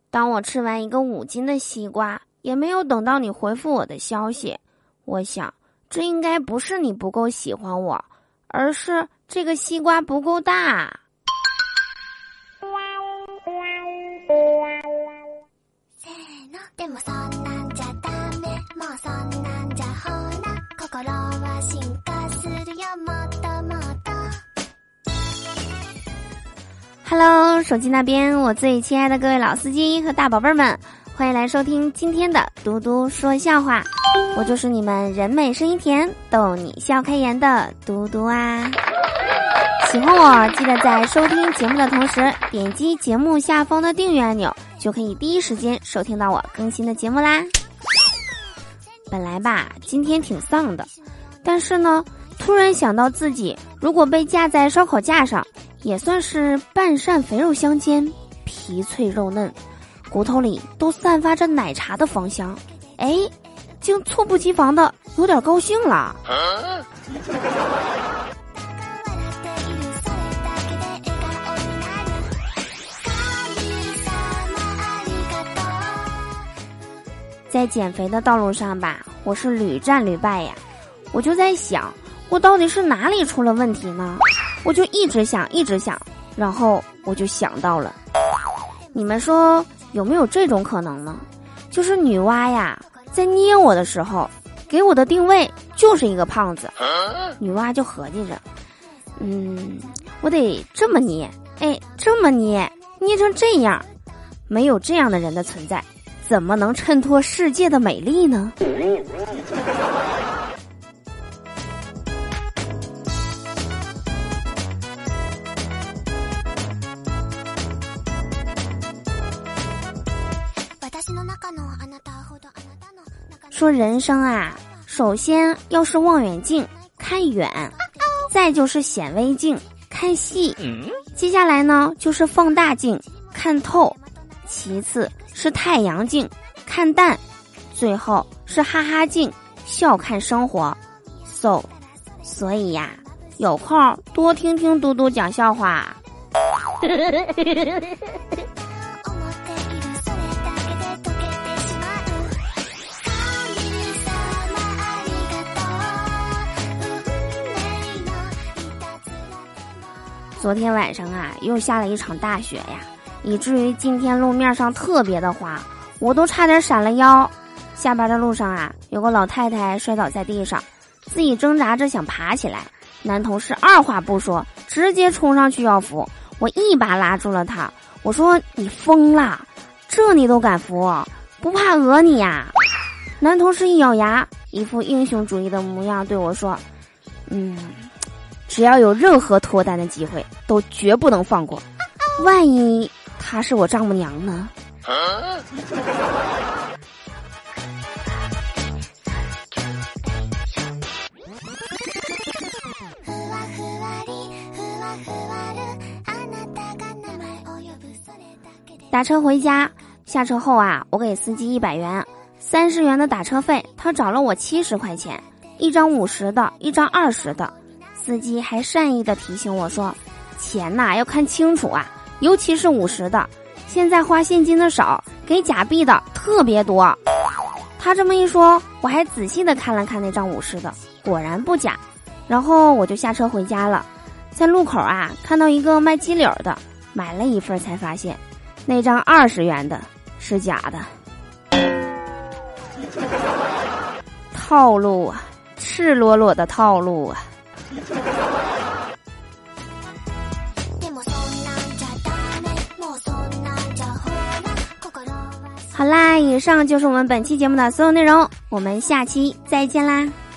当我吃完一个5斤的西瓜，也没有等到你回复我的消息。我想，这应该不是你不够喜欢我，而是这个西瓜不够大。Hello， 手机那边我最亲爱的各位老司机和大宝贝儿们，欢迎来收听今天的嘟嘟说笑话。我就是你们人美声音甜逗你笑开颜的嘟嘟啊。喜欢我记得在收听节目的同时点击节目下方的订阅按钮，就可以第一时间收听到我更新的节目啦。本来吧今天挺丧的，但是呢突然想到自己如果被架在烧烤架上，也算是半扇肥肉相间，皮脆肉嫩，骨头里都散发着奶茶的芳香，哎，竟猝不及防的有点高兴了。在减肥的道路上吧，我是屡战屡败呀。我就在想，我到底是哪里出了问题呢？我就一直想，然后我就想到了，你们说有没有这种可能呢？就是女娲呀，在捏我的时候，给我的定位就是一个胖子。女娲就合计着，我得这么捏，这么捏成这样，没有这样的人的存在，怎么能衬托世界的美丽呢？说人生啊，首先要是望远镜看远，再就是显微镜看细，接下来呢就是放大镜看透，其次是太阳镜看淡，最后是哈哈镜笑看生活。所以呀，有空多听听嘟嘟讲笑话。昨天晚上啊，又下了一场大雪呀，以至于今天路面上特别的滑，我都差点闪了腰。下班的路上啊，有个老太太摔倒在地上，自己挣扎着想爬起来，男同事二话不说，直接冲上去要扶，我一把拉住了他，我说你疯啦，这你都敢扶，不怕讹你呀？男同事一咬牙，一副英雄主义的模样对我说，只要有任何脱单的机会都绝不能放过，万一她是我丈母娘呢？打车回家，下车后啊，我给司机100元，30元的打车费，他找了我70块钱，一张50的，一张20的。司机还善意的提醒我说，钱呐要看清楚啊，尤其是50的，现在花现金的少，给假币的特别多。他这么一说，我还仔细的看了看那张50的，果然不假。然后我就下车回家了，在路口啊看到一个卖鸡柳的，买了一份才发现那张20元的是假的。套路啊，赤裸裸的套路啊。好啦，以上就是我们本期节目的所有内容，我们下期再见啦。